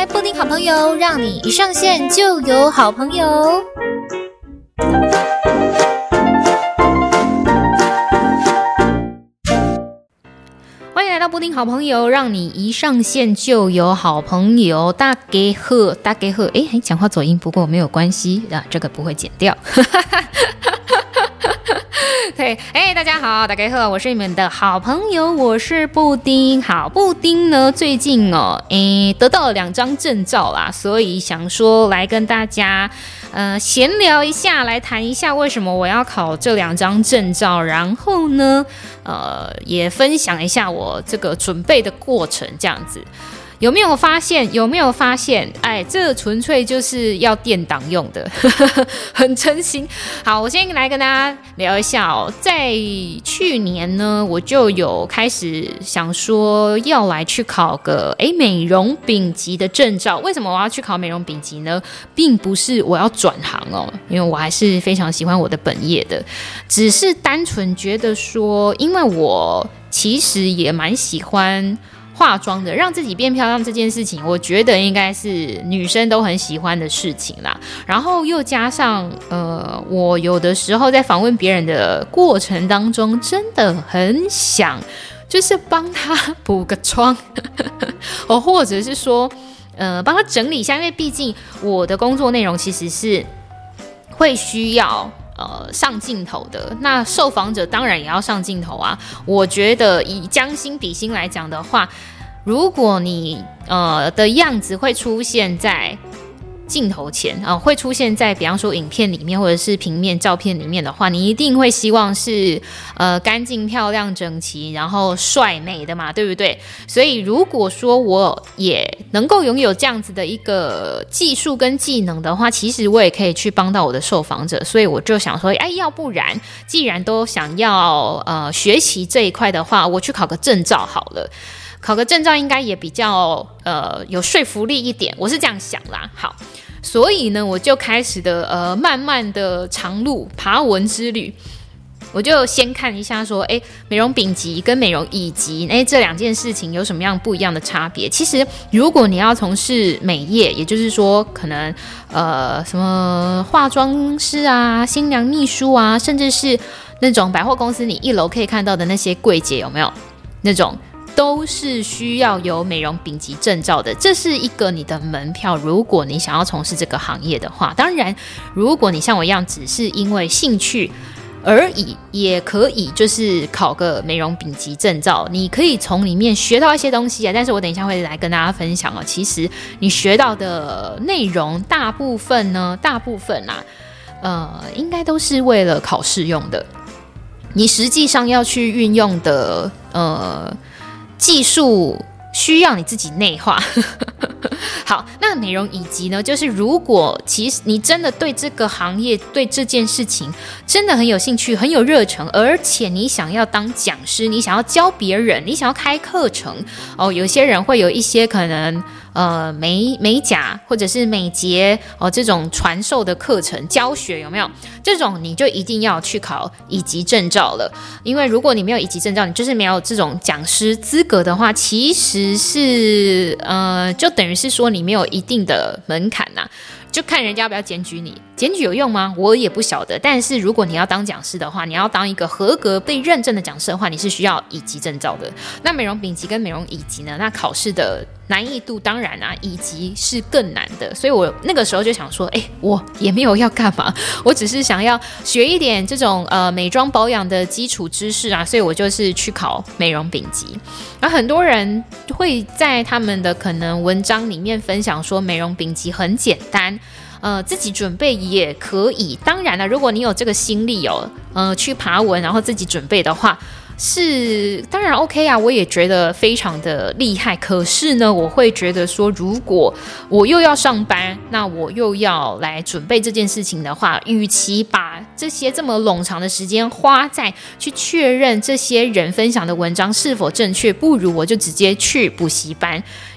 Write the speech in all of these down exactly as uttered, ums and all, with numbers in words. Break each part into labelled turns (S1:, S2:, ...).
S1: 开布丁好朋友，让你一上线就有好朋友。欢迎来到布丁好朋友，让你一上线就有好朋友。大家好，大家好，哎，讲话走音，不过没有关系啊，这个不会剪掉。对，哎，大家好，大家好，我是你们的好朋友，我是布丁。好，布丁呢，最近哦，哎，得到了两张证照啦，所以想说来跟大家呃闲聊一下，来谈一下为什么我要考这两张证照，然后呢，呃，也分享一下我这个准备的过程，这样子。有没有发现？有没有发现？哎，这纯粹就是要垫档用的，很真心。好，我先来跟大家聊一下哦。在去年呢，我就有开始想说要来去考个哎美容丙级的证照。为什么我要去考美容丙级呢？并不是我要转行哦，因为我还是非常喜欢我的本业的，只是单纯觉得说，因为我其实也蛮喜欢化妆的，让自己变漂亮这件事情，我觉得应该是女生都很喜欢的事情啦。然后又加上，呃，我有的时候在访问别人的过程当中，真的很想就是帮他补个妆，哦，或者是说，呃，帮他整理一下，因为毕竟我的工作内容其实是会需要呃，上镜头的，那受访者当然也要上镜头啊。我觉得以将心比心来讲的话，如果你呃的样子会出现在镜头前啊、呃，会出现在比方说影片里面或者是平面照片里面的话，你一定会希望是呃干净漂亮整齐然后帅美的嘛，对不对？所以如果说我也能够拥有这样子的一个技术跟技能的话，其实我也可以去帮到我的受访者。所以我就想说，哎，要不然既然都想要呃学习这一块的话，我去考个证照好了。考个证照应该也比较呃有说服力一点，我是这样想啦。好，所以呢，我就开始的呃慢慢的长路爬文之旅。我就先看一下说，哎，美容丙级跟美容乙级，哎，这两件事情有什么样不一样的差别？其实，如果你要从事美业，也就是说，可能呃什么化妆师啊、新娘秘书啊，甚至是那种百货公司你一楼可以看到的那些柜姐，有没有那种？都是需要有美容丙级证照的，这是一个你的门票。如果你想要从事这个行业的话，当然，如果你像我一样只是因为兴趣而已，也可以就是考个美容丙级证照，你可以从里面学到一些东西啊。但是我等一下会来跟大家分享哦。其实你学到的内容大部分呢，大部分啊，呃，应该都是为了考试用的。你实际上要去运用的，呃。技术需要你自己内化。好，那美容乙级呢，就是如果其实你真的对这个行业对这件事情真的很有兴趣很有热忱，而且你想要当讲师，你想要教别人，你想要开课程哦，有些人会有一些可能呃美美甲或者是美睫哦这种传授的课程教学，有没有这种你就一定要去考乙级证照了。因为如果你没有乙级证照，你就是没有这种讲师资格的话，其实是呃就等于是说你没有一定的门槛呐、啊，就看人家要不要检举你。检举有用吗？我也不晓得。但是如果你要当讲师的话，你要当一个合格被认证的讲师的话，你是需要乙级证照的。那美容丙级跟美容乙级呢，那考试的难易度当然啊，乙级是更难的。所以我那个时候就想说，哎，我也没有要干嘛，我只是想要学一点这种呃美妆保养的基础知识啊，所以我就是去考美容丙级。而很多人会在他们的可能文章里面分享说，美容丙级很简单。呃，自己准备也可以。当然了，如果你有这个心力哦，呃，去爬文，然后自己准备的话，是当然 OK 啊，我也觉得非常的厉害。可是呢，我会觉得说，如果我又要上班，那我又要来准备这件事情的话，与其把这些这么冗长的时间花在去确认这些人分享的文章是否正确，不如我就直接去补习班。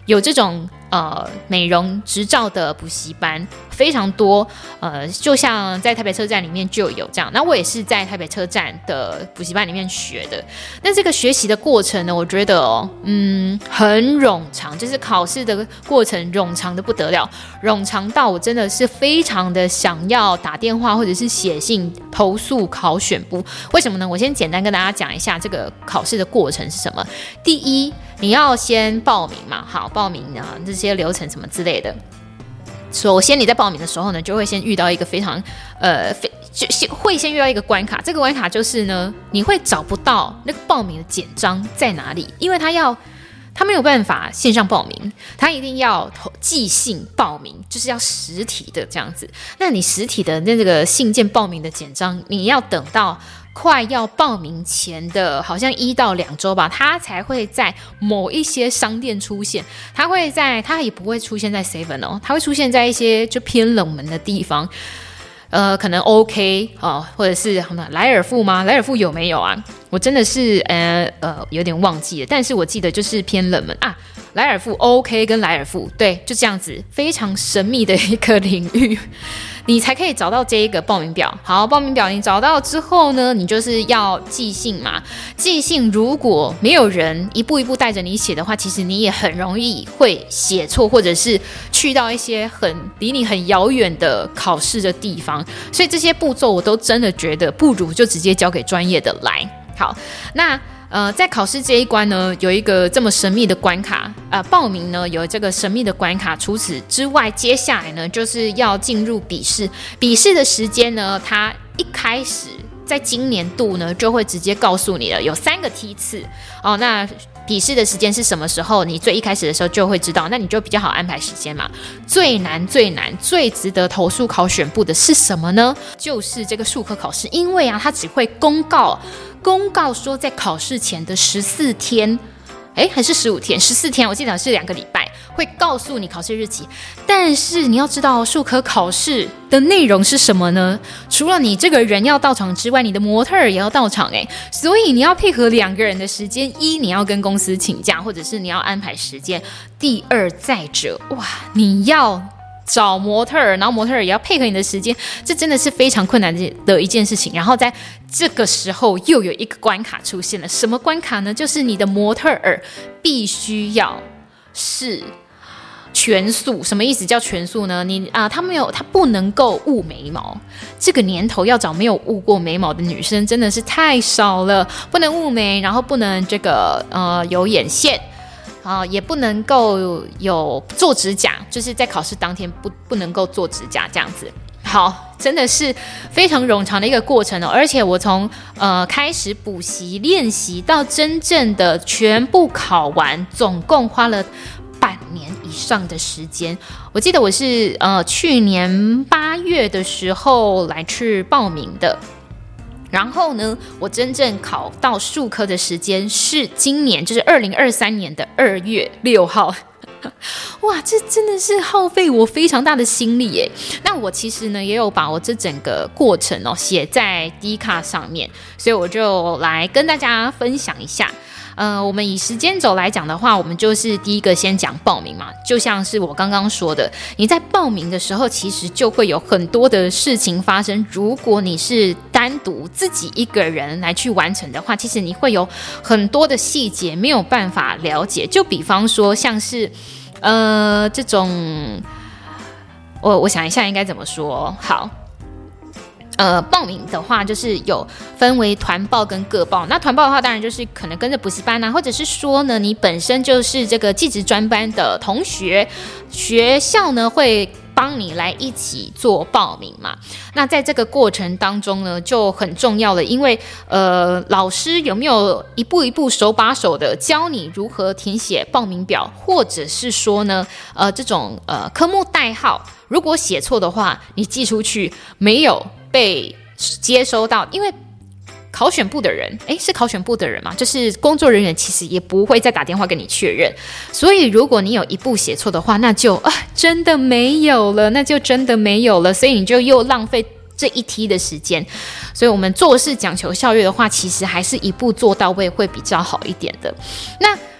S1: 有这种呃美容执照的补习班非常多，呃，就像在台北车站里面就有这样。那我也是在台北车站的补习班里面学的。那这个学习的过程呢，我觉得哦，嗯，很冗长，就是考试的过程冗长的不得了，冗长到我真的是非常的想要打电话或者是写信投诉考选部。为什么呢？我先简单跟大家讲一下这个考试的过程是什么。第一，你要先报名嘛，好，报名啊，这些流程什么之类的。首先你在报名的时候呢，就会先遇到一个非常呃，非就会先遇到一个关卡。这个关卡就是呢，你会找不到那个报名的简章在哪里，因为他要他没有办法线上报名，他一定要寄信报名，就是要实体的这样子。那你实体的那个信件报名的简章，你要等到快要报名前的好像一到两周吧，它才会在某一些商店出现。它会在，它也不会出现在 seven 哦，它会出现在一些就偏冷门的地方，呃，可能 OK 哦，或者是什么莱尔富吗？莱尔富有没有啊？我真的是呃呃有点忘记了，但是我记得就是偏冷门啊。莱尔富 OK 跟莱尔富，对，就这样子，非常神秘的一个领域。你才可以找到这一个报名表。好，报名表你找到之后呢，你就是要寄信嘛。寄信如果没有人一步一步带着你写的话，其实你也很容易会写错，或者是去到一些很离你很遥远的考试的地方。所以这些步骤我都真的觉得不如就直接交给专业的来。好，那呃，在考试这一关呢，有一个这么神秘的关卡，呃，报名呢有这个神秘的关卡。除此之外，接下来呢就是要进入笔试。笔试的时间呢，它一开始在今年度呢就会直接告诉你了，有三个梯次哦。那笔试的时间是什么时候？你最一开始的时候就会知道，那你就比较好安排时间嘛。最难、最难、最值得投诉考选部的是什么呢？就是这个术科考试，因为啊，它只会公告。公告说，在考试前的十四天，哎，还是十五天，十四天，我记得是两个礼拜，会告诉你考试日期。但是你要知道，术科考试的内容是什么呢？除了你这个人要到场之外，你的模特儿也要到场，哎，所以你要配合两个人的时间。一，你要跟公司请假，或者是你要安排时间。第二，再者，哇，你要找模特儿，然后模特儿也要配合你的时间，这真的是非常困难的一件事情。然后在这个时候又有一个关卡出现了，什么关卡呢？就是你的模特儿必须要是全素。什么意思叫全素呢？你啊、呃，他没有，他不能够雾眉毛。这个年头要找没有雾过眉毛的女生真的是太少了，不能雾眉，然后不能这个呃有眼线。啊、呃，也不能够有做指甲，就是在考试当天不不能够做指甲这样子。好，真的是非常冗长的一个过程哦。而且我从呃开始补习练习到真正的全部考完，总共花了半年以上的时间。我记得我是呃去年八月的时候来去报名的。然后呢，我真正考到术科的时间是今年，就是二零二三年的二月六号。哇，这真的是耗费我非常大的心力耶。那我其实呢，也有把我这整个过程哦写在 D 卡上面，所以我就来跟大家分享一下。呃，我们以时间轴来讲的话，我们就是第一个先讲报名嘛，就像是我刚刚说的，你在报名的时候，其实就会有很多的事情发生。如果你是单独自己一个人来去完成的话，其实你会有很多的细节没有办法了解。就比方说，像是呃这种，我我想一下应该怎么说好。呃，报名的话就是有分为团报跟个报。那团报的话，当然就是可能跟着补习班啊，或者是说呢，你本身就是这个技职专班的同学，学校呢会帮你来一起做报名嘛。那在这个过程当中呢，就很重要了，因为呃，老师有没有一步一步手把手的教你如何填写报名表，或者是说呢，呃，这种呃科目代号，如果写错的话，你寄出去没有被接收到，因为考选部的人，诶，是考选部的人嘛，就是工作人员，其实也不会再打电话跟你确认。所以如果你有一步写错的话，那就啊真的没有了，那就真的没有了，所以你就又浪费这一梯的时间。所以我们做事讲求效率的话，其实还是一步做到位会比较好一点的。那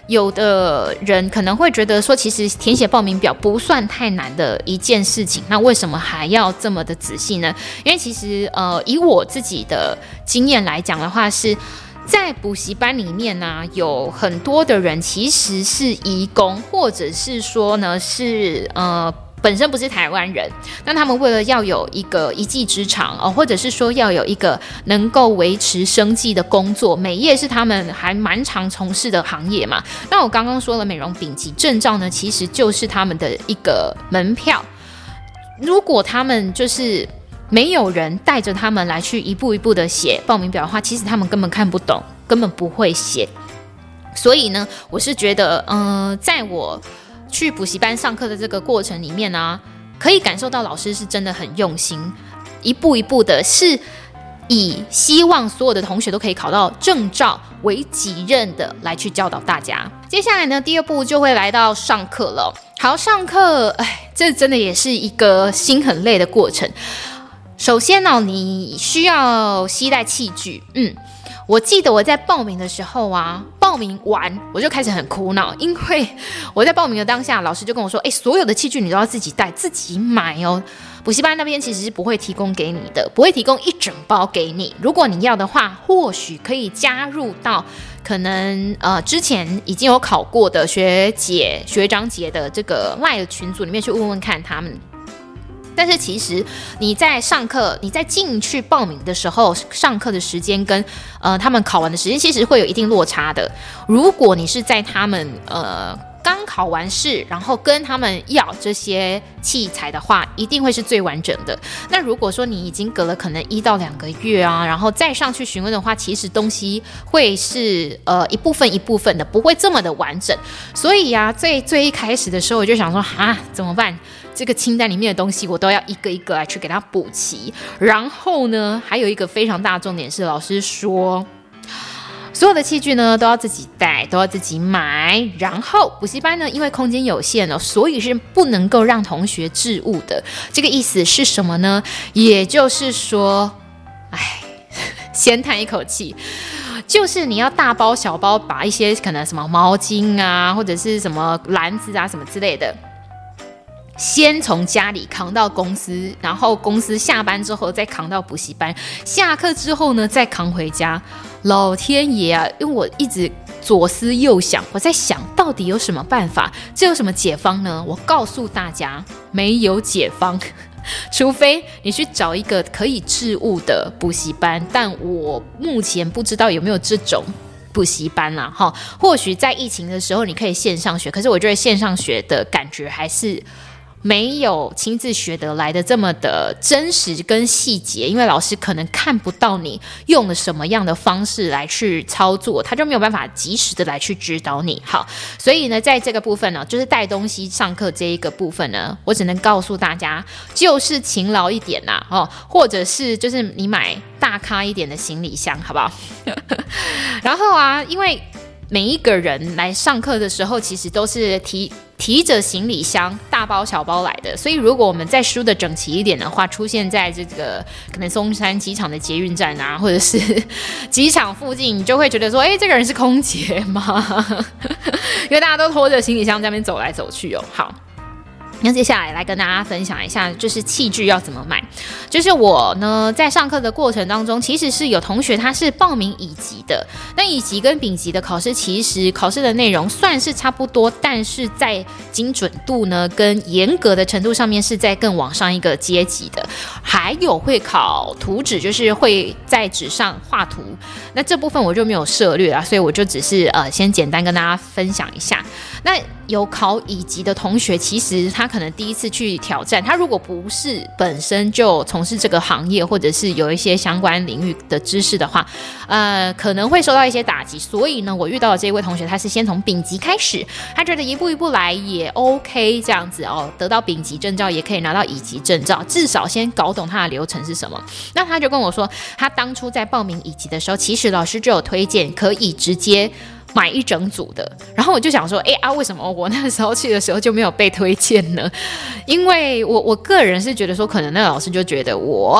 S1: 有的人可能会觉得说，其实填写报名表不算太难的一件事情，那为什么还要这么的仔细呢？因为其实呃，以我自己的经验来讲的话，是在补习班里面呢、啊，有很多的人其实是移工，或者是说呢是呃。本身不是台湾人，那他们为了要有一个一技之长哦，或者是说要有一个能够维持生计的工作，美业是他们还蛮常从事的行业嘛。那我刚刚说了，美容丙级证照呢，其实就是他们的一个门票。如果他们就是没有人带着他们来去一步一步的写报名表的话，其实他们根本看不懂，根本不会写。所以呢，我是觉得，嗯、呃，在我去补习班上课的这个过程里面呢、啊，可以感受到老师是真的很用心，一步一步的是以希望所有的同学都可以考到证照为己任的来去教导大家。接下来呢，第二步就会来到上课了。好，上课，哎，这真的也是一个心很累的过程。首先呢、哦，你需要携带器具，嗯。我记得我在报名的时候啊，报名完我就开始很苦恼，因为我在报名的当下，老师就跟我说，哎，所有的器具你都要自己带，自己买哦。补习班那边其实是不会提供给你的，不会提供一整包给你。如果你要的话，或许可以加入到可能呃之前已经有考过的学姐、学长姐的这个 LINE 的群组里面去问问看他们。但是其实你在上课，你在进去报名的时候，上课的时间跟呃他们考完的时间其实会有一定落差的。如果你是在他们呃刚考完试，然后跟他们要这些器材的话，一定会是最完整的。那如果说你已经隔了可能一到两个月啊，然后再上去询问的话，其实东西会是呃一部分一部分的，不会这么的完整。所以啊，最最一开始的时候，我就想说啊，怎么办？这个清单里面的东西我都要一个一个来去给它补齐。然后呢，还有一个非常大的重点是，老师说所有的器具呢都要自己带，都要自己买。然后补习班呢，因为空间有限哦，所以是不能够让同学置物的。这个意思是什么呢？也就是说，哎，先叹一口气，就是你要大包小包把一些可能什么毛巾啊，或者是什么篮子啊什么之类的，先从家里扛到公司，然后公司下班之后再扛到补习班，下课之后呢再扛回家。老天爷啊，因为我一直左思右想，我在想到底有什么办法，这有什么解方呢？我告诉大家，没有解方，除非你去找一个可以置物的补习班，但我目前不知道有没有这种补习班啦，哈，或许在疫情的时候你可以线上学，可是我觉得线上学的感觉还是没有亲自学得来的这么的真实跟细节，因为老师可能看不到你用了什么样的方式来去操作，他就没有办法及时的来去指导你。好，所以呢，在这个部分呢，就是带东西上课这一个部分呢，我只能告诉大家，就是勤劳一点啦，哦，或者是就是你买大咖一点的行李箱，好不好？然后啊，因为每一个人来上课的时候，其实都是提提着行李箱，大包小包来的。所以，如果我们再梳得整齐一点的话，出现在这个可能松山机场的捷运站啊，或者是机场附近，你就会觉得说，哎，这个人是空姐吗？因为大家都拖着行李箱在那边走来走去哦。好。那接下来来跟大家分享一下，就是器具要怎么买。就是我呢，在上课的过程当中，其实是有同学他是报名乙级的。那乙级跟丙级的考试，其实考试的内容算是差不多，但是在精准度呢跟严格的程度上面是在更往上一个阶级的。还有会考图纸，就是会在纸上画图。那这部分我就没有涉略啦，所以我就只是呃先简单跟大家分享一下。那有考乙级的同学，其实他可能第一次去挑战，他如果不是本身就从事这个行业，或者是有一些相关领域的知识的话，呃，可能会受到一些打击。所以呢，我遇到的这位同学，他是先从丙级开始，他觉得一步一步来也 OK， 这样子哦，得到丙级证照也可以拿到乙级证照，至少先搞懂他的流程是什么。那他就跟我说，他当初在报名乙级的时候，其实老师就有推荐可以直接买一整组的。然后我就想说，哎啊，为什么我那时候去的时候就没有被推荐呢？因为我我个人是觉得说，可能那个老师就觉得我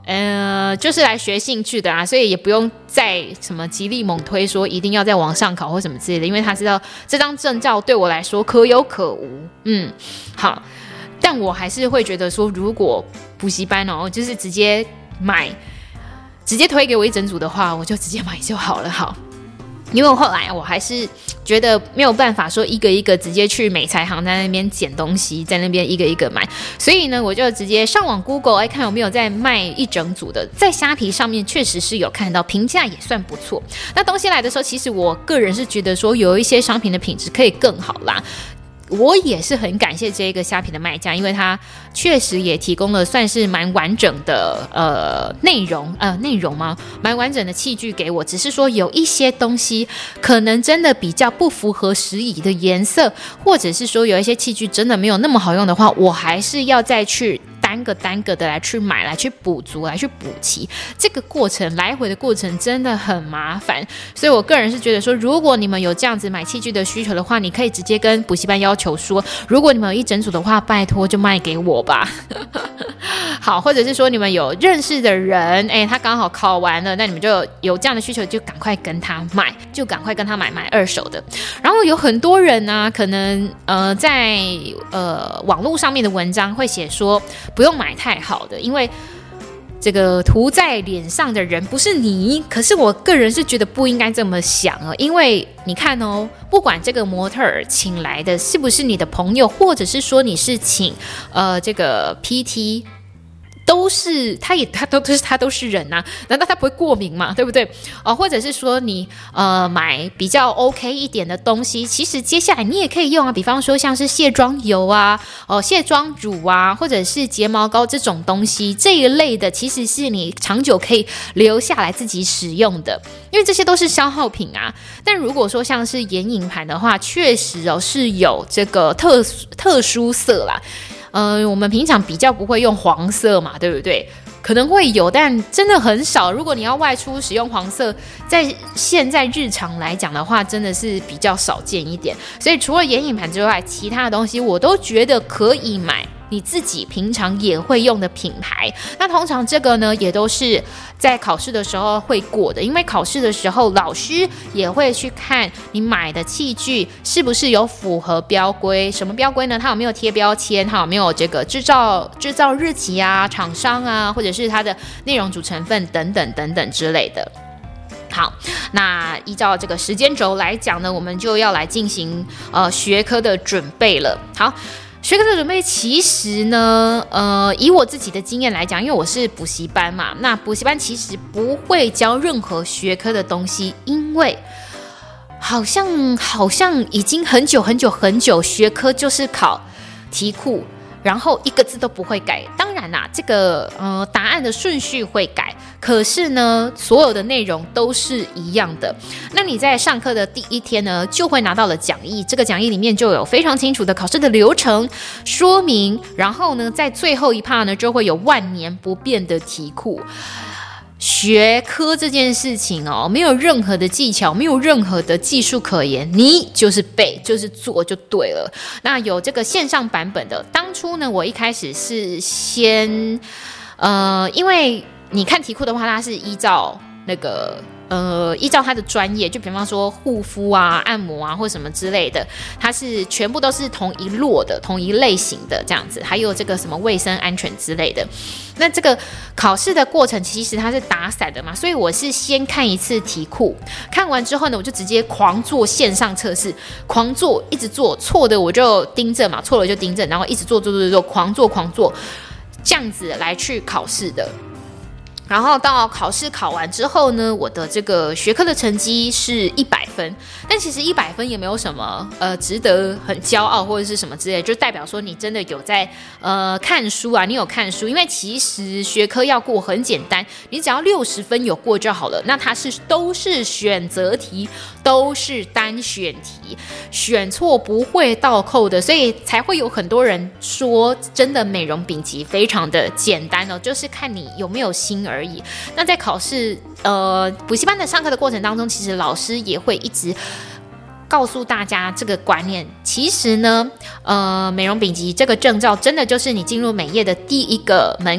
S1: 呃，就是来学兴趣的啊，所以也不用再什么极力猛推说一定要在网上考或什么之类的，因为他知道这张证照对我来说可有可无。嗯，好，但我还是会觉得说，如果补习班哦，就是直接买，直接推给我一整组的话，我就直接买就好了。好。因为后来我还是觉得没有办法说一个一个直接去美材行在那边捡东西，在那边一个一个买，所以呢，我就直接上网 Google 来看有没有在卖一整组的，在虾皮上面确实是有看到，评价也算不错。那东西来的时候，其实我个人是觉得说有一些商品的品质可以更好啦。我也是很感谢这个虾皮的卖家，因为他确实也提供了算是蛮完整的呃内容呃内容吗？蛮完整的器具给我，只是说有一些东西可能真的比较不符合时宜的颜色，或者是说有一些器具真的没有那么好用的话，我还是要再去单个单个的来去买，来去补足，来去补齐，这个过程来回的过程真的很麻烦，所以我个人是觉得说，如果你们有这样子买器具的需求的话，你可以直接跟补习班要求说，如果你们有一整组的话，拜托就卖给我吧。好，或者是说你们有认识的人，哎，他刚好考完了，那你们就有这样的需求，就赶快跟他买，就赶快跟他买买二手的。然后有很多人啊，可能呃在呃网络上面的文章会写说，不用买太好的，因为这个涂在脸上的人不是你。可是我个人是觉得不应该这么想哦，因为你看哦，不管这个模特儿请来的是不是你的朋友，或者是说你是请呃这个 P T。都是，他也他都是他都是人呐、啊，难道他不会过敏吗？对不对？哦，或者是说你呃买比较 OK 一点的东西，其实接下来你也可以用啊，比方说像是卸妆油啊、哦卸妆乳啊，或者是睫毛膏这种东西，这一类的其实是你长久可以留下来自己使用的，因为这些都是消耗品啊。但如果说像是眼影盘的话，确实哦是有这个特特殊色啦。呃，我们平常比较不会用黄色嘛，对不对？可能会有，但真的很少。如果你要外出使用黄色，在现在日常来讲的话，真的是比较少见一点。所以除了眼影盘之外，其他的东西我都觉得可以买。你自己平常也会用的品牌，那通常这个呢也都是在考试的时候会过的，因为考试的时候老师也会去看你买的器具是不是有符合标规。什么标规呢？它有没有贴标签，它有没有这个制造制造日期啊、厂商啊，或者是它的内容主成分等等等等之类的。好，那依照这个时间轴来讲呢，我们就要来进行呃学科的准备了。好。学科的准备其实呢，呃，以我自己的经验来讲，因为我是补习班嘛，那补习班其实不会教任何学科的东西，因为好像好像已经很久很久很久，学科就是考题库，然后一个字都不会改。当然啦，这个呃答案的顺序会改，可是呢，所有的内容都是一样的。那你在上课的第一天呢，就会拿到了讲义，这个讲义里面就有非常清楚的考试的流程说明，然后呢，在最后一 part 呢，就会有万年不变的题库。学科这件事情哦，没有任何的技巧，没有任何的技术可言，你就是背，就是做就对了。那有这个线上版本的，当初呢，我一开始是先，呃，因为你看题库的话，它是依照那个。呃，依照他的专业，就比方说护肤啊、按摩啊，或什么之类的，它是全部都是同一落的、同一类型的这样子。还有这个什么卫生安全之类的。那这个考试的过程其实它是打散的嘛，所以我是先看一次题库，看完之后呢，我就直接狂做线上测试，狂做，一直做，错的我就订正嘛，错了就订正，然后一直做做做做，狂做狂做，这样子来去考试的。然后到考试考完之后呢，我的这个学科的成绩是一百分，但其实一百分也没有什么呃值得很骄傲或者是什么之类的，就代表说你真的有在呃看书啊，你有看书，因为其实学科要过很简单，你只要六十分有过就好了。那它是都是选择题，都是单选题，选错不会倒扣的，所以才会有很多人说，真的美容丙级非常的简单哦，就是看你有没有心而已。那在考试呃补习班的上课的过程当中，其实老师也会一直告诉大家这个观念。其实呢，呃，美容丙级这个证照真的就是你进入美业的第一个门槛。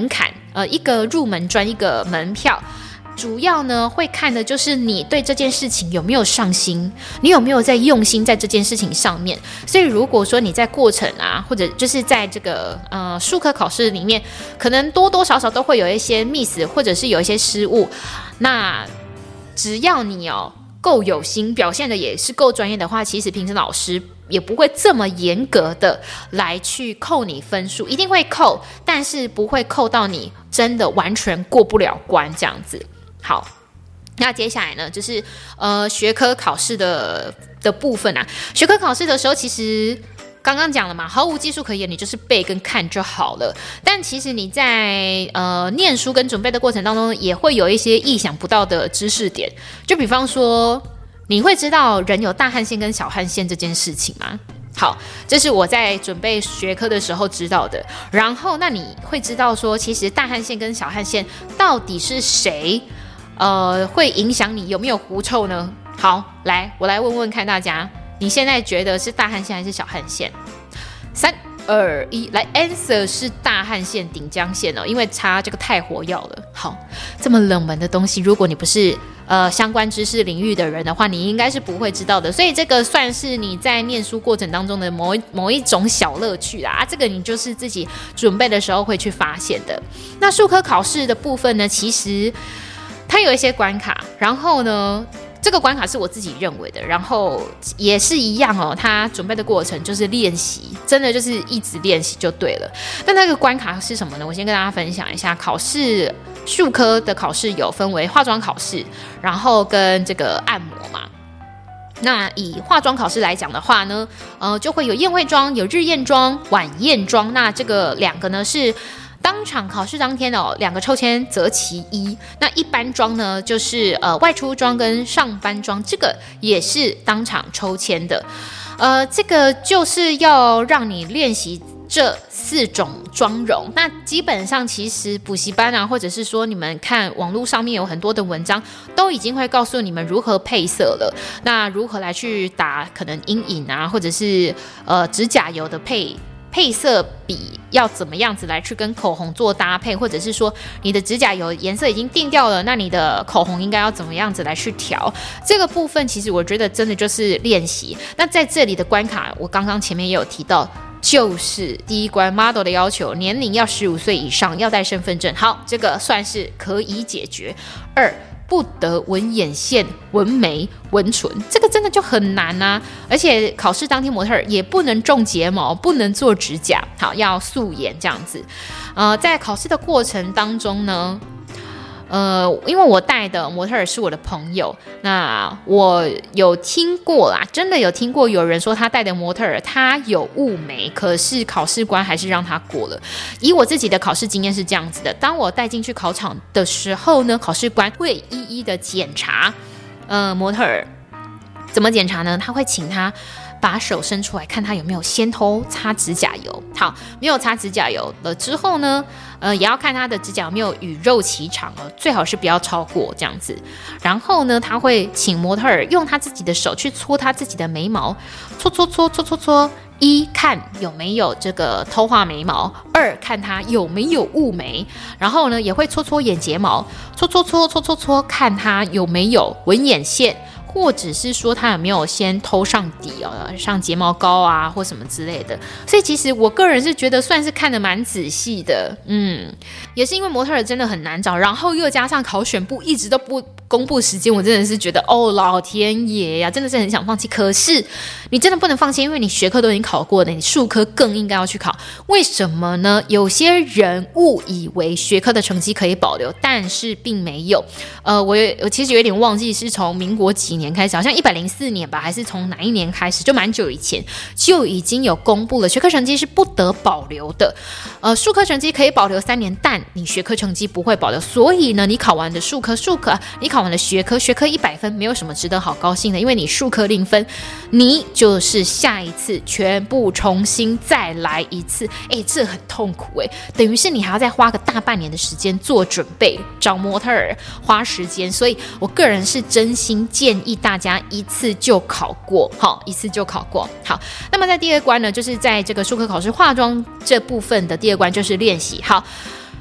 S1: 呃一个入门专一个门票。主要呢会看的就是你对这件事情有没有上心，你有没有在用心在这件事情上面。所以如果说你在过程啊，或者就是在这个呃术科考试里面，可能多多少少都会有一些 miss 或者是有一些失误，那只要你哦够有心，表现的也是够专业的话，其实评审老师也不会这么严格的来去扣你分数，一定会扣，但是不会扣到你真的完全过不了关这样子。好，那接下来呢，就是呃学科考试的的部分啊。学科考试的时候，其实刚刚讲了嘛，毫无技术可言，你就是背跟看就好了。但其实你在呃念书跟准备的过程当中，也会有一些意想不到的知识点。就比方说，你会知道人有大汗腺跟小汗腺这件事情吗？好，这是我在准备学科的时候知道的。然后，那你会知道说，其实大汗腺跟小汗腺到底是谁？呃，会影响你有没有狐臭呢？好，来，我来问问看大家，你现在觉得是大汗腺还是小汗腺？三二一，来 ，answer 是大汗腺顶浆腺哦，因为擦这个太活跃了。好，这么冷门的东西，如果你不是呃相关知识领域的人的话，你应该是不会知道的。所以这个算是你在念书过程当中的某一某一种小乐趣啦。啊，这个你就是自己准备的时候会去发现的。那术科考试的部分呢，其实它有一些关卡，然后呢，这个关卡是我自己认为的，然后也是一样哦。它准备的过程就是练习，真的就是一直练习就对了。但那个关卡是什么呢？我先跟大家分享一下。考试术科的考试有分为化妆考试，然后跟这个按摩嘛。那以化妆考试来讲的话呢，呃，就会有宴会妆、有日宴妆、晚宴妆。那这个两个呢是当场考试当天哦，两个抽签择其一。那一般妆呢，就是呃外出妆跟上班妆，这个也是当场抽签的。呃，这个就是要让你练习这四种妆容。那基本上其实补习班啊，或者是说你们看网络上面有很多的文章，都已经会告诉你们如何配色了。那如何来去打可能阴影啊，或者是呃指甲油的配配色笔要怎么样子来去跟口红做搭配，或者是说你的指甲油颜色已经定掉了，那你的口红应该要怎么样子来去调。这个部分其实我觉得真的就是练习。那在这里的关卡，我刚刚前面也有提到，就是第一关 model 的要求，年龄要十五岁以上，要带身份证。好，这个算是可以解决。二，不得纹眼线、纹眉、纹唇，这个真的就很难啊！而且考试当天模特儿也不能种睫毛，不能做指甲，好，要素颜这样子。呃，在考试的过程当中呢，呃，因为我带的模特儿是我的朋友，那我有听过啦，真的有听过有人说他带的模特儿他有雾眉，可是考试官还是让他过了。以我自己的考试经验是这样子的，当我带进去考场的时候呢，考试官会一一的检查，呃，模特儿怎么检查呢？他会请他把手伸出来，看他有没有先偷擦指甲油。好，没有擦指甲油了之后呢，呃，也要看他的指甲有没有与肉齐长哦，最好是不要超过这样子。然后呢，他会请模特儿用他自己的手去搓他自己的眉毛，搓搓搓搓搓搓。一，看有没有这个偷画眉毛；二，看他有没有雾眉。然后呢，也会搓搓眼睫毛，搓搓搓搓搓搓，看他有没有纹眼线。或者是说他有没有先偷上底哦，上睫毛膏啊或什么之类的。所以其实我个人是觉得算是看得蛮仔细的。嗯，也是因为模特儿真的很难找，然后又加上考选部一直都不公布时间，我真的是觉得哦老天爷呀，真的是很想放弃。可是你真的不能放弃，因为你学科都已经考过了，你术科更应该要去考。为什么呢？有些人误以为学科的成绩可以保留，但是并没有。呃，我我其实有点忘记是从民国几年开始，好像一百零四年吧，还是从哪一年开始，就蛮久以前就已经有公布了，学科成绩是不得保留的。呃，术科成绩可以保留三年，但你学科成绩不会保留。所以呢，你考完的术科，术科你考完的学科，学科一百分，没有什么值得好高兴的，因为你术科零分，你就是下一次全部重新再来一次。哎，这很痛苦哎，等于是你还要再花个大半年的时间做准备，找模特儿花时间。所以我个人是真心建议大家一次就考过，好，一次就考过。好，那么在第二关呢，就是在这个术科考试化妆这部分的第二关就是练习。好，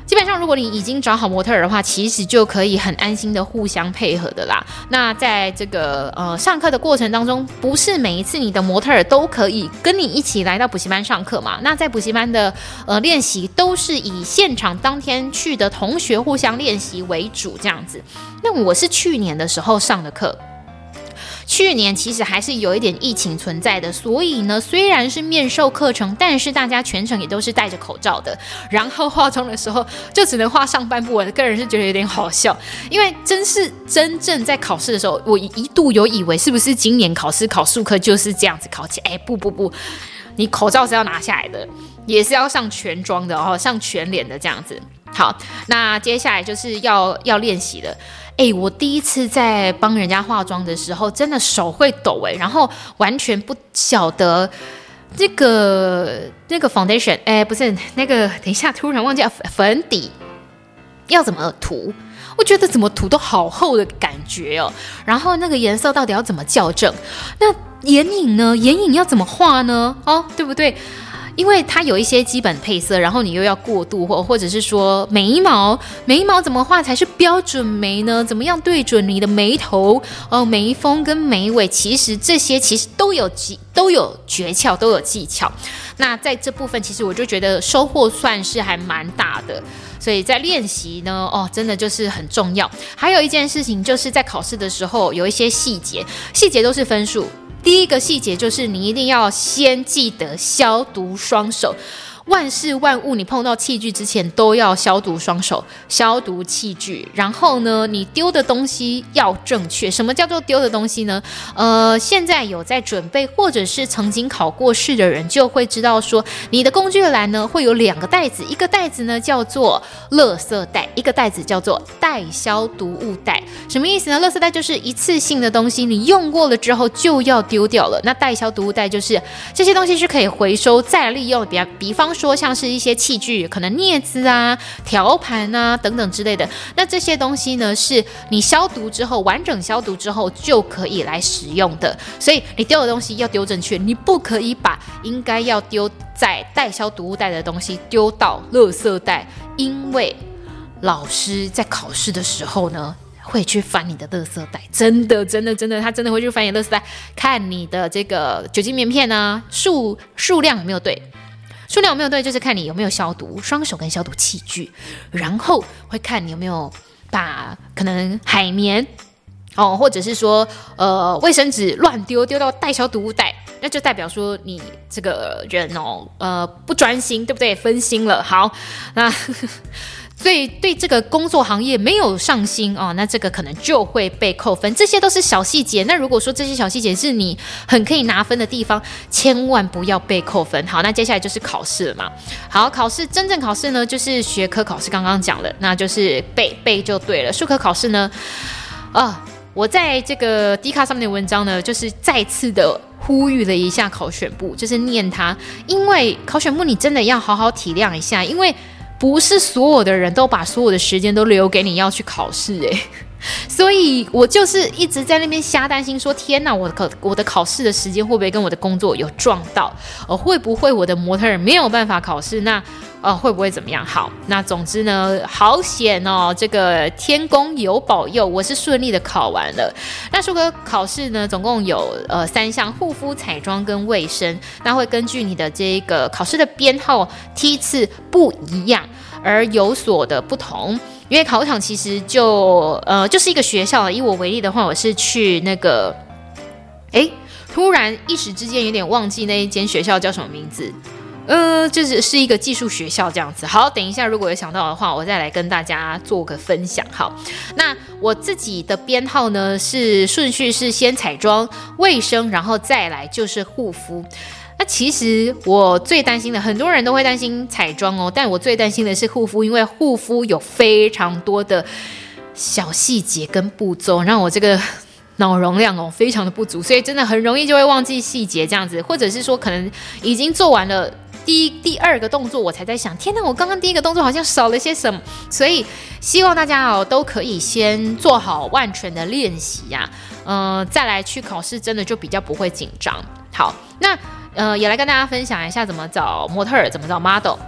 S1: 基本上如果你已经找好模特儿的话，其实就可以很安心的互相配合的啦。那在这个呃上课的过程当中，不是每一次你的模特儿都可以跟你一起来到补习班上课嘛？那在补习班的呃练习都是以现场当天去的同学互相练习为主这样子。那我是去年的时候上的课。去年其实还是有一点疫情存在的，所以呢，虽然是面授课程，但是大家全程也都是戴着口罩的。然后化妆的时候就只能画上半部，我个人是觉得有点好笑，因为真是真正在考试的时候，我一度有以为是不是今年考试考数科就是这样子考起？哎，不不不，你口罩是要拿下来的，也是要上全妆的哦，上全脸的这样子。好，那接下来就是要要练习了。哎，我第一次在帮人家化妆的时候，真的手会抖哎，然后完全不晓得那个那个 foundation， 哎，不是那个，等一下，突然忘记粉底要怎么涂。我觉得怎么涂都好厚的感觉哦，然后那个颜色到底要怎么校正？那眼影呢？眼影要怎么画呢？哦，对不对？因为它有一些基本配色，然后你又要过渡，或或者是说眉毛，眉毛怎么画才是标准眉呢？怎么样对准你的眉头、哦眉峰跟眉尾？其实这些其实都有技都有诀窍，都有技巧。那在这部分，其实我就觉得收获算是还蛮大的。所以在练习呢，哦，真的就是很重要。还有一件事情，就是在考试的时候有一些细节，细节都是分数。第一个细节就是你一定要先记得消毒双手，万事万物你碰到器具之前都要消毒双手，消毒器具。然后呢，你丢的东西要正确。什么叫做丢的东西呢？呃，现在有在准备或者是曾经考过试的人就会知道说，你的工具栏呢会有两个袋子，一个袋子呢叫做垃圾袋，一个袋子叫做待消毒物袋。什么意思呢？垃圾袋就是一次性的东西，你用过了之后就要丢掉了。那待消毒物袋就是这些东西是可以回收再利用，比比方说像是一些器具，可能镊子啊、调盘啊等等之类的。那这些东西呢，是你消毒之后，完整消毒之后就可以来使用的。所以你丢的东西要丢正确，你不可以把应该要丢在待消毒物袋的东西丢到垃圾袋，因为老师在考试的时候呢，会去翻你的垃圾袋，真的真的真的，他真的会去翻你的垃圾袋，看你的这个酒精棉片啊数数量有没有对。数量有没有对，就是看你有没有消毒双手跟消毒器具，然后会看你有没有把可能海绵哦，或者是说呃卫生纸乱丢，丢到待消毒物袋，那就代表说你这个人哦，呃不专心，对不对？分心了。好，那所以对这个工作行业没有上心哦，那这个可能就会被扣分。这些都是小细节。那如果说这些小细节是你很可以拿分的地方，千万不要被扣分。好，那接下来就是考试了嘛。好，考试真正考试呢，就是学科考试，刚刚讲了，那就是背背就对了。术科考试呢，啊，我在这个 D 卡上面的文章呢，就是再次的呼吁了一下考选部，就是念它，因为考选部你真的要好好体谅一下，因为不是所有的人都把所有的时间都留给你要去考试诶，所以我就是一直在那边瞎担心说，天哪，我的我的考试的时间会不会跟我的工作有撞到？呃，会不会我的模特儿没有办法考试？那呃会不会怎么样？好，那总之呢，好险哦，这个天公有保佑，我是顺利的考完了。那术科考试呢，总共有呃三项：护肤、彩妆跟卫生。那会根据你的这个考试的编号梯次不一样而有所的不同。因为考场其实就呃就是一个学校了。以我为例的话，我是去那个，哎，突然一时之间有点忘记那一间学校叫什么名字。呃，就是是一个技术学校这样子。好，等一下如果有想到的话，我再来跟大家做个分享。好，那我自己的编号呢是顺序是先彩妆、卫生，然后再来就是护肤。那其实我最担心的，很多人都会担心彩妆哦，但我最担心的是护肤，因为护肤有非常多的小细节跟步骤，让我这个脑容量哦非常的不足，所以真的很容易就会忘记细节这样子，或者是说可能已经做完了第一第二个动作，我才在想，天哪，我刚刚第一个动作好像少了些什么。所以希望大家哦都可以先做好万全的练习呀、啊，呃，再来去考试，真的就比较不会紧张。好，那呃也来跟大家分享一下怎么找模特儿，怎么找 model。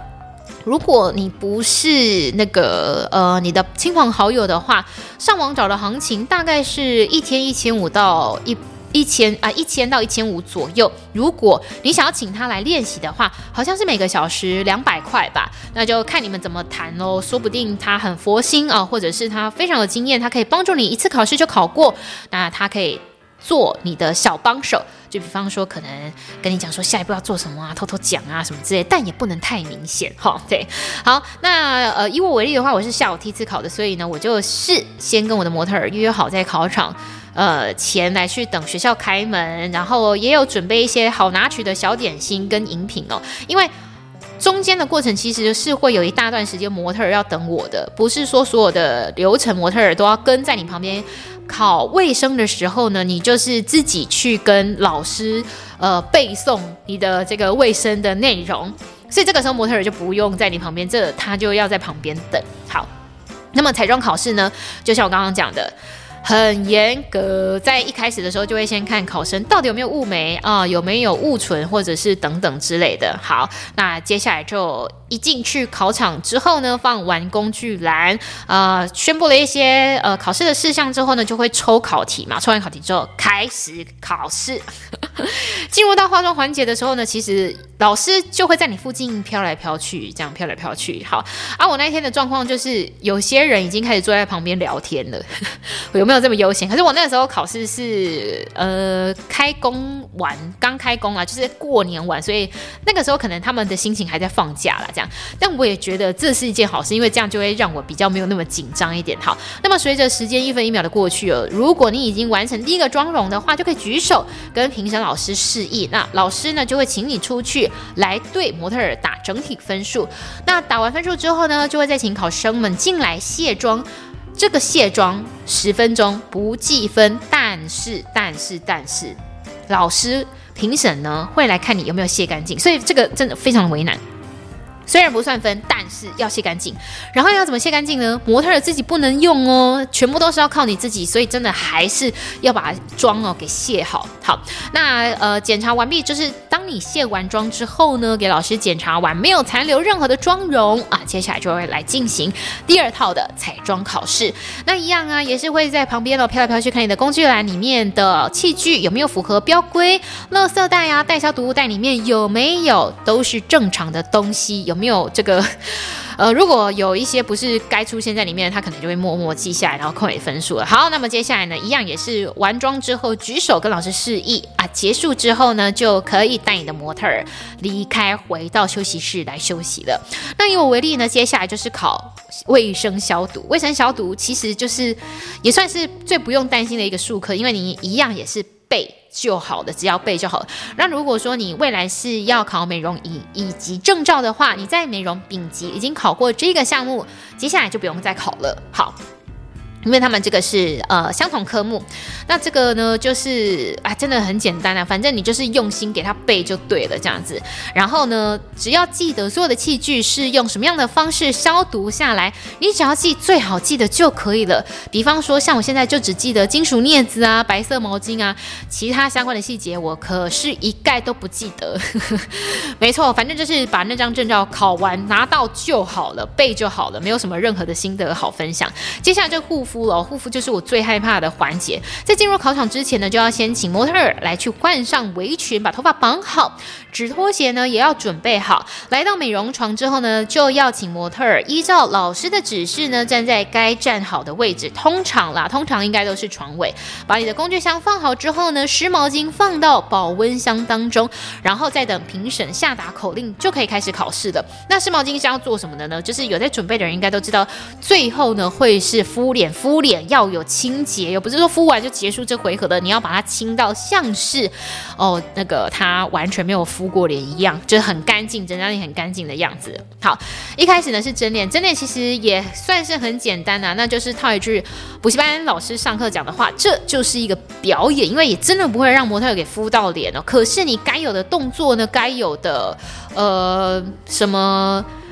S1: 如果你不是那个呃你的亲朋好友的话，上网找的行情大概是一天一千五到一一千啊一千到一千五左右。如果你想要请他来练习的话，好像是每个小时两百块吧，那就看你们怎么谈咯。说不定他很佛心啊，或者是他非常有经验，他可以帮助你一次考试就考过，那他可以做你的小帮手。就比方说可能跟你讲说下一步要做什么啊，偷偷讲啊什么之类，但也不能太明显哈。对，好，那呃以我为例的话，我是下午梯次考的，所以呢我就是先跟我的模特儿约好在考场呃前来去等学校开门，然后也有准备一些好拿取的小点心跟饮品哦，因为中间的过程其实是会有一大段时间模特儿要等我的，不是说所有的流程模特儿都要跟在你旁边。考卫生的时候呢，你就是自己去跟老师呃背诵你的这个卫生的内容，所以这个时候模特儿就不用在你旁边，这他就要在旁边等。好，那么彩妆考试呢，就像我刚刚讲的。很严格，在一开始的时候就会先看考生到底有没有雾眉啊、呃，有没有雾唇，或者是等等之类的。好，那接下来就一进去考场之后呢，放完工具栏，呃，宣布了一些呃考试的事项之后呢，就会抽考题嘛。抽完考题之后开始考试。进入到化妆环节的时候呢，其实老师就会在你附近飘来飘去，这样飘来飘去。好，啊，我那天的状况就是有些人已经开始坐在旁边聊天了，有没有这么悠闲？可是我那个时候考试是呃开工完，刚开工啊，就是过年完，所以那个时候可能他们的心情还在放假啦，这样。但我也觉得这是一件好事，因为这样就会让我比较没有那么紧张一点。好，那么随着时间一分一秒的过去了，如果你已经完成第一个妆容的话，就可以举手跟评审老师示意。那老师呢就会请你出去来对模特儿打整体分数。那打完分数之后呢，就会再请考生们进来卸妆。这个卸妆十分钟不计分，但是但是但是，老师评审呢会来看你有没有卸干净，所以这个真的非常的为难。虽然不算分，但是要卸干净。然后要怎么卸干净呢？模特儿自己不能用哦，全部都是要靠你自己，所以真的还是要把妆哦给卸好。好，那呃检查完毕，就是当你卸完妆之后呢，给老师检查完没有残留任何的妆容啊，接下来就会来进行第二套的彩妆考试。那一样啊，也是会在旁边哦飘来飘去，看你的工具栏里面的器具有没有符合标规，垃圾袋啊、代销毒物袋里面有没有都是正常的东西，有没有这个呃，如果有一些不是该出现在里面，他可能就会默默记下来，然后扣你分数了。好，那么接下来呢，一样也是完妆之后举手跟老师示意啊，结束之后呢，就可以带你的模特儿离开，回到休息室来休息了。那以我为例呢，接下来就是考卫生消毒。卫生消毒其实就是也算是最不用担心的一个术科，因为你一样也是背就好了，只要背就好了。那如果说你未来是要考美容以以及证照的话，你在美容丙级已经考过这个项目，接下来就不用再考了。好，因为他们这个是呃相同科目，那这个呢就是啊真的很简单啊，反正你就是用心给他背就对了这样子。然后呢，只要记得所有的器具是用什么样的方式消毒下来，你只要记最好记的就可以了。比方说像我现在就只记得金属镊子啊、白色毛巾啊，其他相关的细节我可是一概都不记得。没错，反正就是把那张证照考完拿到就好了，背就好了，没有什么任何的心得好分享。接下来就护肤了，护肤就是我最害怕的环节。在进入考场之前呢，就要先请模特儿来去换上围裙，把头发绑好，纸拖鞋呢也要准备好。来到美容床之后呢，就要请模特儿依照老师的指示呢，站在该站好的位置。通常啦，通常应该都是床尾。把你的工具箱放好之后呢，湿毛巾放到保温箱当中，然后再等评审下达口令，就可以开始考试了。那湿毛巾是要做什么的呢？就是有在准备的人应该都知道，最后呢会是敷脸。敷脸要有清洁，又不是说敷完就结束这回合的，你要把它清到像是哦那个他完全没有敷过脸一样，就是很干净，整张脸很干净的样子。好，一开始呢是蒸脸，蒸脸其实也算是很简单啊，那就是套一句补习班老师上课讲的话，这就是一个表演，因为也真的不会让模特给敷到脸哦。可是你该有的动作呢，该有的呃什么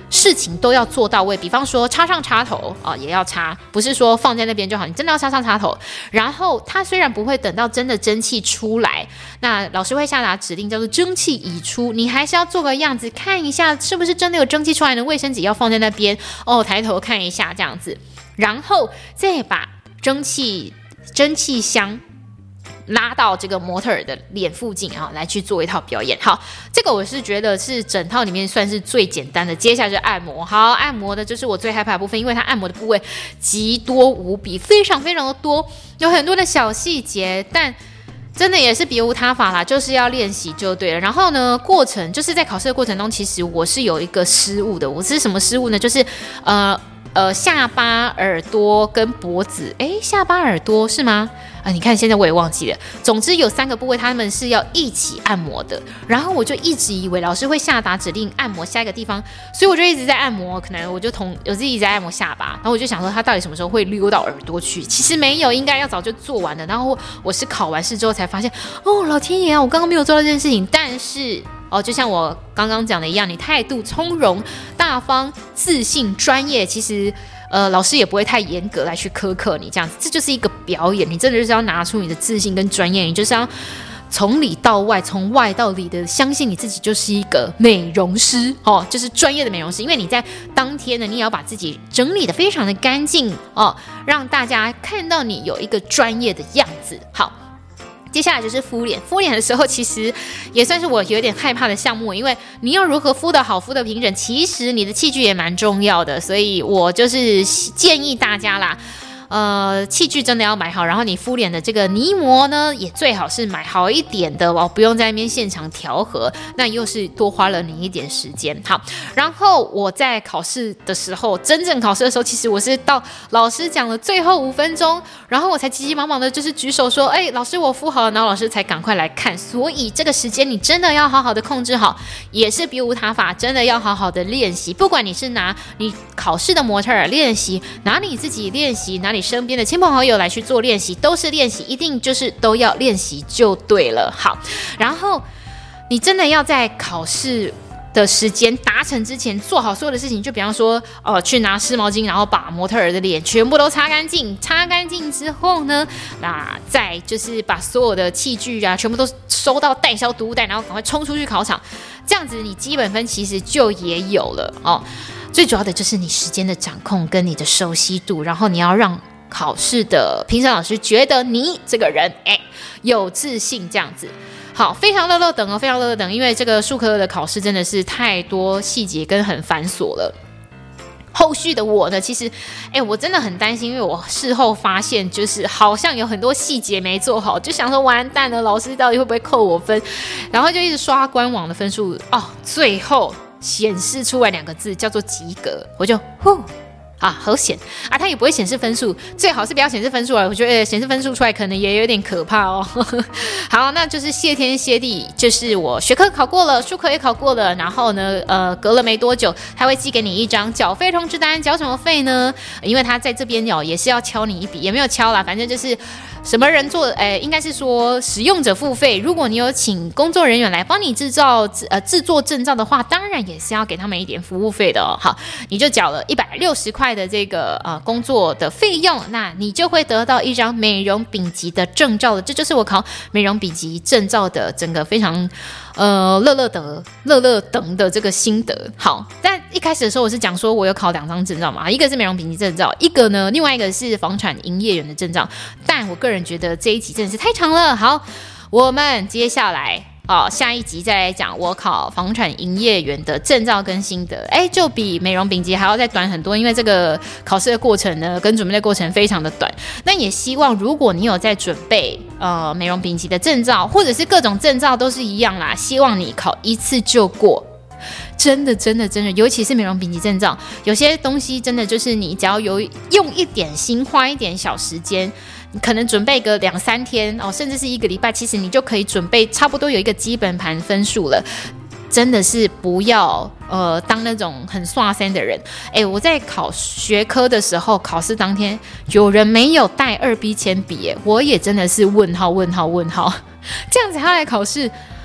S1: 事情都要做到位，比方说插上插头啊、呃，也要插，不是说放在那边就好，你真的要插上插头。然后它虽然不会等到真的蒸汽出来，那老师会下达指令叫做蒸汽已出，你还是要做个样子，看一下是不是真的有蒸汽出来呢？卫生纸要放在那边哦，抬头看一下这样子，然后再把蒸汽蒸汽箱拉到这个模特儿的脸附近啊，来去做一套表演。好，这个我是觉得是整套里面算是最简单的。接下来就是按摩。好，按摩的就是我最害怕的部分，因为它按摩的部位极多无比，非常非常的多，有很多的小细节，但真的也是别无他法啦，就是要练习就对了。然后呢，过程就是在考试的过程中，其实我是有一个失误的。我是什么失误呢？就是呃呃下巴、耳朵跟脖子。诶，下巴、耳朵是吗？啊，你看现在我也忘记了。总之有三个部位，他们是要一起按摩的。然后我就一直以为老师会下达指令按摩下一个地方，所以我就一直在按摩。可能我就同我自己一直在按摩下巴，然后我就想说他到底什么时候会溜到耳朵去？其实没有，应该要早就做完了。然后我是考完试之后才发现，哦，老天爷啊，我刚刚没有做到这件事情。但是哦，就像我刚刚讲的一样，你态度从容、大方、自信、专业，其实。呃，老师也不会太严格来去苛刻你这样子，这就是一个表演，你真的就是要拿出你的自信跟专业，你就是要从里到外，从外到里的相信你自己就是一个美容师哦，就是专业的美容师，因为你在当天呢，你也要把自己整理得非常的干净哦，让大家看到你有一个专业的样子。好。接下来就是敷脸，敷脸的时候其实也算是我有点害怕的项目，因为你要如何敷得好、敷得平整，其实你的器具也蛮重要的，所以我就是建议大家啦。呃，器具真的要买好，然后你敷脸的这个泥膜呢，也最好是买好一点的哦，不用在那边现场调和，那又是多花了你一点时间。好，然后我在考试的时候，真正考试的时候，其实我是到老师讲了最后五分钟，然后我才急急忙忙的，就是举手说，哎，老师我敷好了，然后老师才赶快来看。所以这个时间你真的要好好的控制好，也是别无他法，真的要好好的练习。不管你是拿你考试的模特儿练习，拿你自己练习，拿你身边的亲朋好友来去做练习，都是练习，一定就是都要练习就对了。好，然后你真的要在考试的时间达成之前做好所有的事情，就比方说，呃，去拿湿毛巾，然后把模特儿的脸全部都擦干净。擦干净之后呢，那再就是把所有的器具啊，全部都收到代销毒物袋，然后赶快冲出去考场。这样子，你基本分其实就也有了哦。最主要的就是你时间的掌控跟你的熟悉度，然后你要让考试的评审老师觉得你这个人哎有自信，这样子。好，非常乐乐等哦，非常乐乐等，因为这个术科的考试真的是太多细节跟很繁琐了。后续的我呢，其实，哎，我真的很担心，因为我事后发现，就是好像有很多细节没做好，就想说完蛋了，老师到底会不会扣我分？然后就一直刷官网的分数，哦，最后显示出来两个字叫做及格，我就呼。啊，好险啊！它也不会显示分数，最好是不要显示分数了。我觉得显示分数出来可能也有点可怕哦。好，那就是谢天谢地，就是我学科考过了，术科也考过了，然后呢，呃，隔了没多久，他会寄给你一张缴费通知单。缴什么费呢？因为他在这边哦，也是要敲你一笔，也没有敲啦，反正就是什么人做，呃，应该是说使用者付费。如果你有请工作人员来帮你制造呃制作证照的话，当然也是要给他们一点服务费的哦。好，你就缴了一百六十块的这个呃工作的费用，那你就会得到一张美容丙级的证照了。这就是我考美容丙级证照的整个非常呃乐乐得乐乐等的这个心得。好，但一开始的时候我是讲说我有考两张证照嘛，一个是美容丙级证照，一个呢另外一个是房产营业员的证照。但我个人觉得这一集真的是太长了。好，我们接下来。哦，下一集再来讲我考房产营业员的证照跟心得，哎，就比美容丙级还要再短很多，因为这个考试的过程呢，跟准备的过程非常的短。那也希望如果你有在准备呃美容丙级的证照，或者是各种证照都是一样啦，希望你考一次就过。真的真的真的，尤其是美容丙级证照，有些东西真的就是你只要有用一点心，花一点小时间，你可能准备个两三天哦，甚至是一个礼拜，其实你就可以准备差不多有一个基本盘分数了。真的是不要呃当那种很刷身的人。哎，我在考学科的时候，考试当天有人没有带二 B 铅笔，我也真的是问号问号问号，这样子他来考试。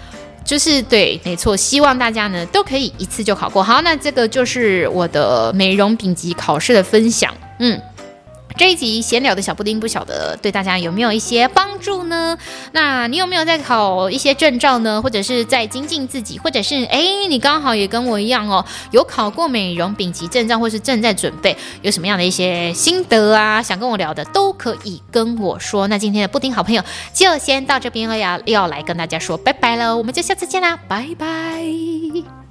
S1: 就是对，没错，希望大家呢都可以一次就考过。好，那这个就是我的美容丙级考试的分享。嗯。这一集闲聊的小布丁不晓得对大家有没有一些帮助呢？那你有没有在考一些证照呢？或者是在精进自己，或者是哎，你刚好也跟我一样哦，有考过美容丙级证照，或是正在准备，有什么样的一些心得啊，想跟我聊的都可以跟我说。那今天的布丁好朋友就先到这边了呀，要来跟大家说拜拜了，我们就下次见啦，拜拜。